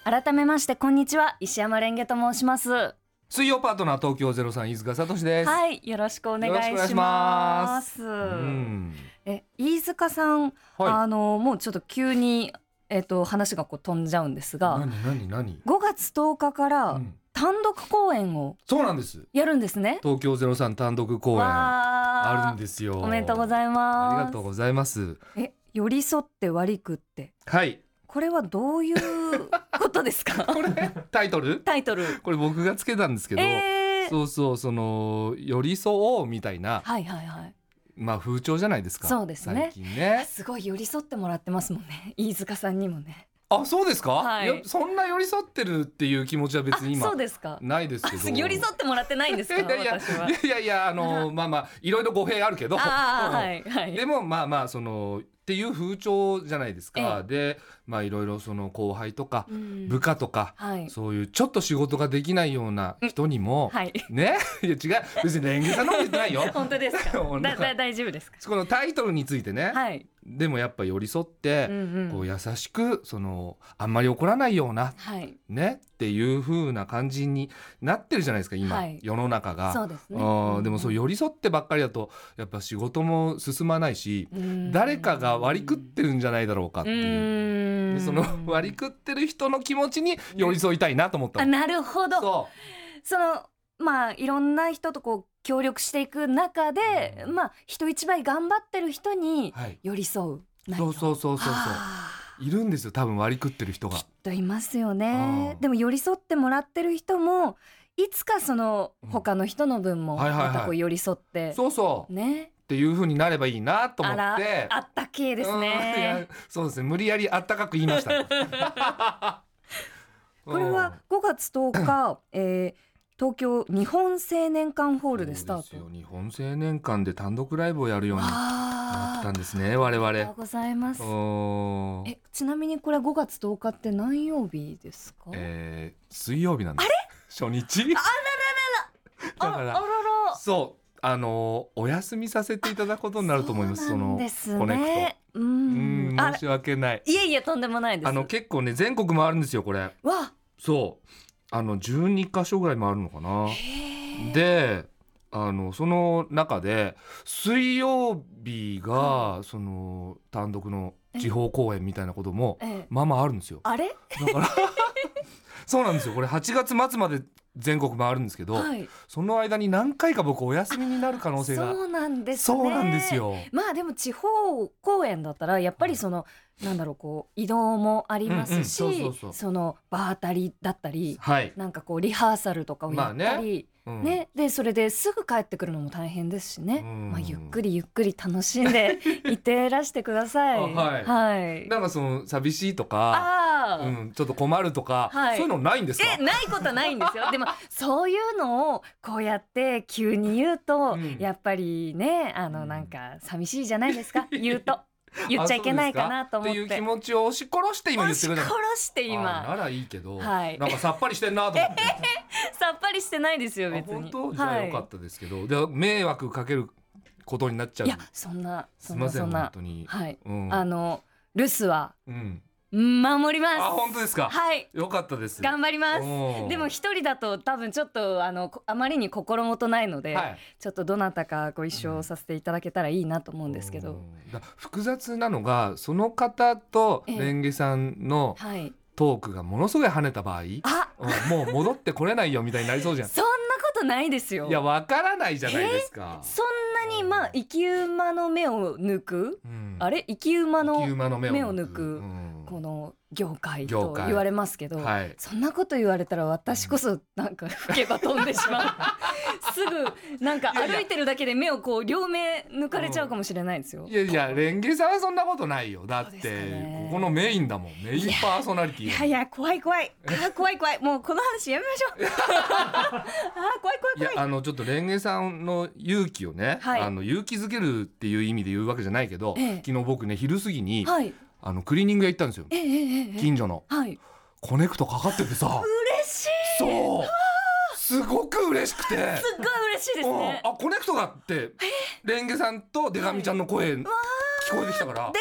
改めましてこんにちは、石山レンゲと申します。 水曜パートナー東京03飯塚聡です。 はい、よろしくお願いします。飯塚さん、もうちょっと急に、話がこう飛んじゃうんですが、 何 5月10日から、単独公演をそうなんですやるんですね。 東京03単独公演あるんですよ。 おめでとうございます。 ありがとうございます。 寄り添って割り食って、 はい、 これはどういうことですか？ これタイトルこれ僕がつけたんですけど、そうその寄り添おうみたいな、まあ風潮じゃないですか。 そうですね。 最近ね、 すごい寄り添ってもらってますもんね、飯塚さんにもね。あ、 そうですか、いやそんな寄り添ってるっていう気持ちは別に今ないですけど。 寄り添ってもらってないんですか？私はいやまあいろいろ語弊あるけど、でもまあそのっていう風潮じゃないですか。でまあいろいろその後輩とか部下とか、そういうちょっと仕事ができないような人にも、ね、いや違う、別にレンゲさんのこと言ってないよ。 本当ですか？大丈夫ですか？ このタイトルについてね、でもやっぱ寄り添って、こう優しくそのあんまり怒らないような、ねっていう風な感じになってるじゃないですか今、世の中が。 そうですね。 でもそう寄り添ってばっかりだとやっぱ仕事も進まないし、誰かが割り食ってるんじゃないだろうかっていう、その割り食ってる人の気持ちに寄り添いたいなと思った。 なるほど。そのまあいろんな人とこう協力していく中で、まあ人一倍頑張ってる人に寄り添う。 そういるんですよ、多分割り食ってる人がきっといますよね。でも寄り添ってもらってる人もいつかその他の人の分もまたこう寄り添って、ねっていう風になればいいなと思って。 あったけですね。 そうですね、無理やりあったかく言いましたこれは5月10日、東京日本青年館ホールでスタート。 そうですよ、日本青年館で単独ライブをやるようになったんですね、我々。ありがとうございます。ちなみにこれ5月10日って何曜日ですか？ 水曜日なんです。初日。 あらそうお休みさせていただくことになると思います。 そうなんですね。 そのコネクト。申し訳ない。 いえとんでもないです。 結構ね全国もあるんですよこれ。そう12カ所ぐらいもあるのかな。でその中で水曜日がその単独の地方公演みたいなこともまああるんですよ。 あれだからそうなんですよ。これ8月末まで全国回るんですけど、その間に何回か僕お休みになる可能性が。 そうなんですね。 そうなんですよ。 まあでも地方公演だったらやっぱりその、なんだろう、こう移動もありますし、その場当たりだったり、なんかこうリハーサルとかをやったり、でそれですぐ帰ってくるのも大変ですしね、ゆっくり楽しんでいってらしてください。 なんかその寂しいとか、ちょっと困るとか、そういうのないんですか？ ないことはないんですよ。でもそういうのをこうやって急に言うと、やっぱりねなんか寂しいじゃないですか言っちゃいけないかなと思って。 っていう気持ちを押し殺して今言ってくれた。 押し殺して今。 ならいいけど、なんかさっぱりしてんなと思って。 さっぱりしてないですよ別に。 本当？じゃあよかったですけど、で迷惑かけることになっちゃう。 いやそんなすみません本当に。 留守は守ります。 本当ですか？よかったです。 頑張ります。でも一人だと多分ちょっとあまりに心もとないので、ちょっとどなたかご一緒させていただけたらいいなと思うんですけど。 複雑なのがその方とレンゲさんのトークがものすごい跳ねた場合、もう戻ってこれないよみたいになりそうじゃん。 そんなことないですよ。 いやわからないじゃないですか。 そんなに生き馬の目を抜く、生き馬の目を抜くこの業界と言われますけど、そんなこと言われたら私こそなんか吹けば飛んでしまう。すぐなんか歩いてるだけで目をこう両目抜かれちゃうかもしれないですよ。 いやレンゲさんはそんなことないよ。だってここのメインだもん。メインパーソナリティ。 いや怖い怖いもうこの話やめましょう。怖い。 いやちょっとレンゲさんの勇気をね、勇気づけるっていう意味で言うわけじゃないけど、昨日僕ね昼過ぎにクリーニング屋行ったんですよ。近所の。コネクトかかっててさ。 嬉しい。 そう。すごく嬉しくて。 すっごい嬉しいですね。 コネクトだってレンゲさんとデカミちゃんの声聞こえてきたから。 デカミちゃ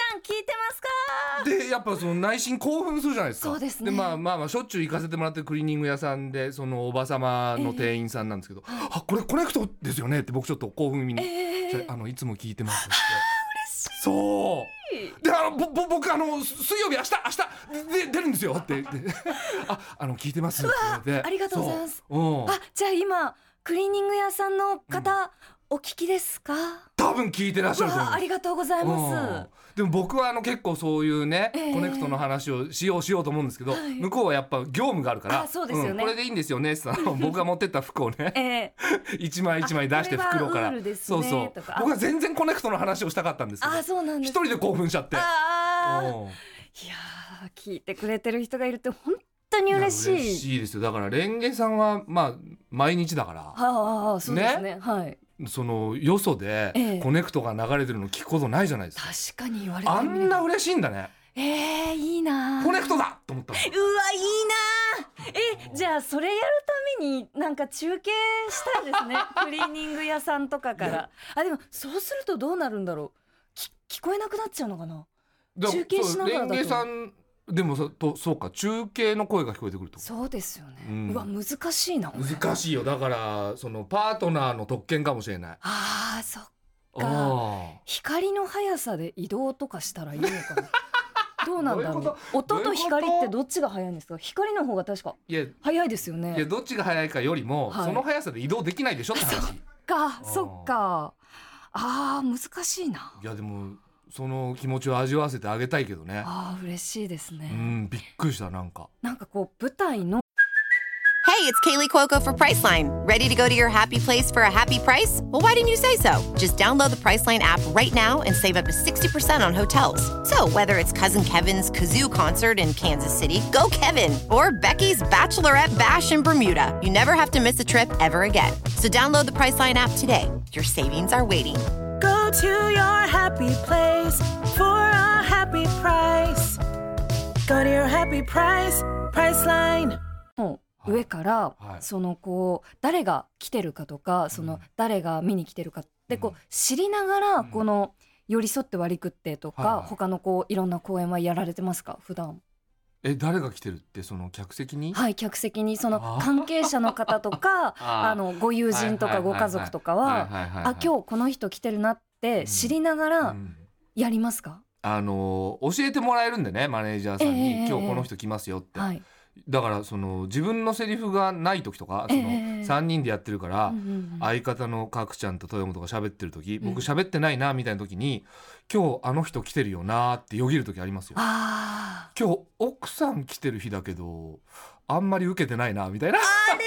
ん聞いてますかでやっぱその内心興奮するじゃないですか。 そうですね。 でまあしょっちゅう行かせてもらってるクリーニング屋さんでそのおばさまの店員さんなんですけど、あこれコネクトですよねって僕ちょっと興奮気味に、いつも聞いてますって。そうで僕水曜日明日で出るんですよって言って聞いてますって言われて、 ありがとうございます。じゃあ今クリーニング屋さんの方、お聞きですか？ 多分聞いてらっしゃると思います。 ありがとうございます。 でも僕は結構そういうね、コネクトの話をしようと思うんですけど、向こうはやっぱ業務があるから、 そうですよね、 これでいいんですよねって僕が持ってった服をね、一枚一枚出して袋から、そうそう僕は全然コネクトの話をしたかったんですけど、 そうなんです、 一人で興奮しちゃって。いや聞いてくれてる人がいるって本当に嬉しい。 嬉しいですよ。だからレンゲさんは毎日だから、 そうですね、はい。 そのよそでコネクトが流れてるの聞くことないじゃないですか。 確かに言われてみればあんな嬉しいんだね。 いいな。 コネクトだと思ったの。 うわいいな。じゃあそれやるためになんか中継したいですねクリーニング屋さんとかから。でもそうするとどうなるんだろう。聞こえなくなっちゃうのかな。中継しながらだと。 レンゲさんでもそうか、中継の声が聞こえてくると。 そうですよね、うわ難しいな。 難しいよ。だからそのパートナーの特権かもしれない。 そっか。光の速さで移動とかしたらいいのかなどうなんだろう。音と光ってどっちが速いんですか？光の方が確か速いですよね。 いやどっちが速いかよりも、その速さで移動できないでしょって話。 そっか難しいな。 いやでもその気持ちを味わわせてあげたいけどね。 嬉しいですね。 びっくりした。なんかこう舞台の。 Hey, it's Kaylee Cuoco for Priceline. Ready to go to your happy place for a happy price? Well, why didn't you say so? Just download the Priceline app right now and save up to 60% on hotels. So whether it's Cousin Kevin's Kazoo Concert in Kansas City, go Kevin, or Becky's Bachelorette Bash in Bermuda, you never have to miss a trip ever again. So download the Priceline app today. Your savings are waiting. Go to your happy place for a happy price. Go to your happy price, Priceline. 上からそのこう誰が来てるかとか、その誰が見に来てるかってこう知りながら、この寄り添って割り食ってとか、他のこういろんな公演はやられてますか普段？ 誰が来てるって、その客席に？ 客席にその関係者の方とかご友人とかご家族とかは今日この人来てるなって知りながらやりますか？ 教えてもらえるんでね、マネージャーさんに、今日この人来ますよって、だからその自分のセリフがない時とか、その3人でやってるから、相方の角ちゃんと豊本が喋ってる時、僕喋ってないなみたいな時に、今日あの人来てるよなってよぎる時ありますよ。今日奥さん来てる日だけどあんまり受けてないなみたいな。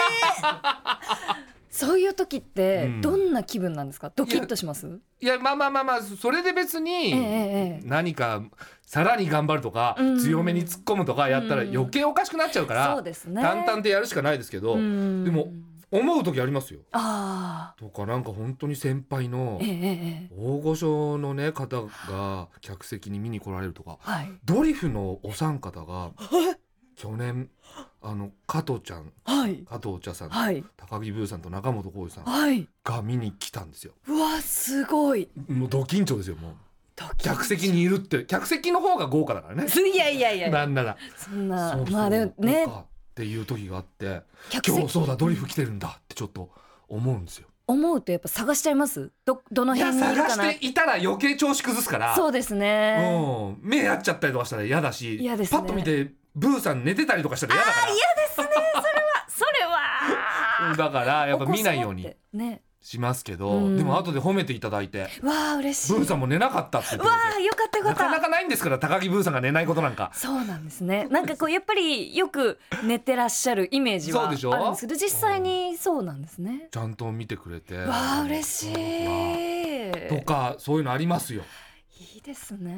そういう時ってどんな気分なんですか？ドキッとします？ いやまあそれで別に何かさらに頑張るとか、強めに突っ込むとかやったら余計おかしくなっちゃうから、淡々とやるしかないですけど、でも思う時ありますよ。とかなんか本当に先輩の大御所のね方が客席に見に来られるとか、ドリフのお三方が去年加藤ちゃん、加藤茶さん、高木ブーさんと中本浩二さんが見に来たんですよ。 うわすごい。 もうド緊張ですよ。もう客席にいるって、客席の方が豪華だからね。 いやなんならそんなまあでもねっていう時があって、今日そうだドリフ来てるんだってちょっと思うんですよ。 思うとやっぱ探しちゃいます？どの辺にいるかな。 探していたら余計調子崩すから。 そうですね、 目合っちゃったりとかしたら嫌だし、 嫌ですね。 パッと見てブーさん寝てたりとかしたら嫌だから。 嫌ですねそれはだからやっぱ見ないようにしますけど、でも後で褒めていただいて、 わあ嬉しい。 ブーさんも寝なかったって言ってくれて、 わあよかったよかった。 なかなかないんですから、高木ブーさんが寝ないことなんか。 そうなんですね。なんかこうやっぱりよく寝てらっしゃるイメージはあるんですけど、実際にそうなんですね。 ちゃんと見てくれて、 わあ嬉しいとかそういうのありますよ。 いいですね。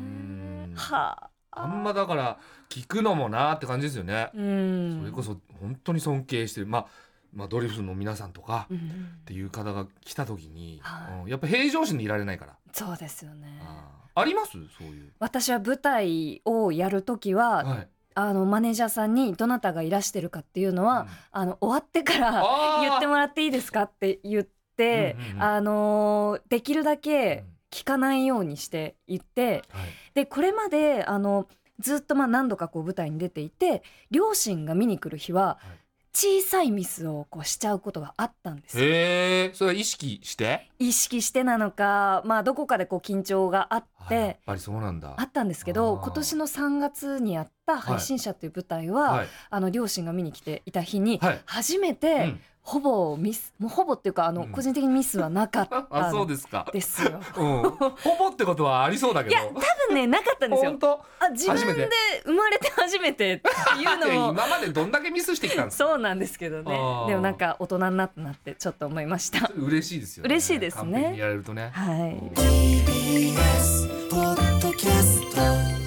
あんまだから聞くのもなって感じですよね。それこそ本当に尊敬してる、まあドリフの皆さんとかっていう方が来た時に、やっぱ平常心でいられないから。 そうですよね。 あります？そういう。 私は舞台をやる時は、マネージャーさんにどなたがいらしてるかっていうのは、終わってから言ってもらっていいですかって言って、できるだけ聞かないようにしていて、 はい、 でこれまでずっと何度かこう舞台に出ていて、両親が見に来る日は小さいミスをこうしちゃうことがあったんですよ。 それは意識してなのか、どこかでこう緊張があって、 やっぱりそうなんだ、 あったんですけど、今年の3月にやった配信者という舞台は、両親が見に来ていた日に初めて、ほぼっていうか個人的にミスはなかったんですよ。 ほぼってことはありそうだけど、 いや多分ねなかったんですよ。 本当？ 自分で生まれて初めてっていうのを今までどんだけミスしてきたんですか。 そうなんですけどね。でもなんか大人になったなってちょっと思いました。 嬉しいですよね。 嬉しいですね。 完璧にやれるとね。 はい。 TBS ポッドキャスト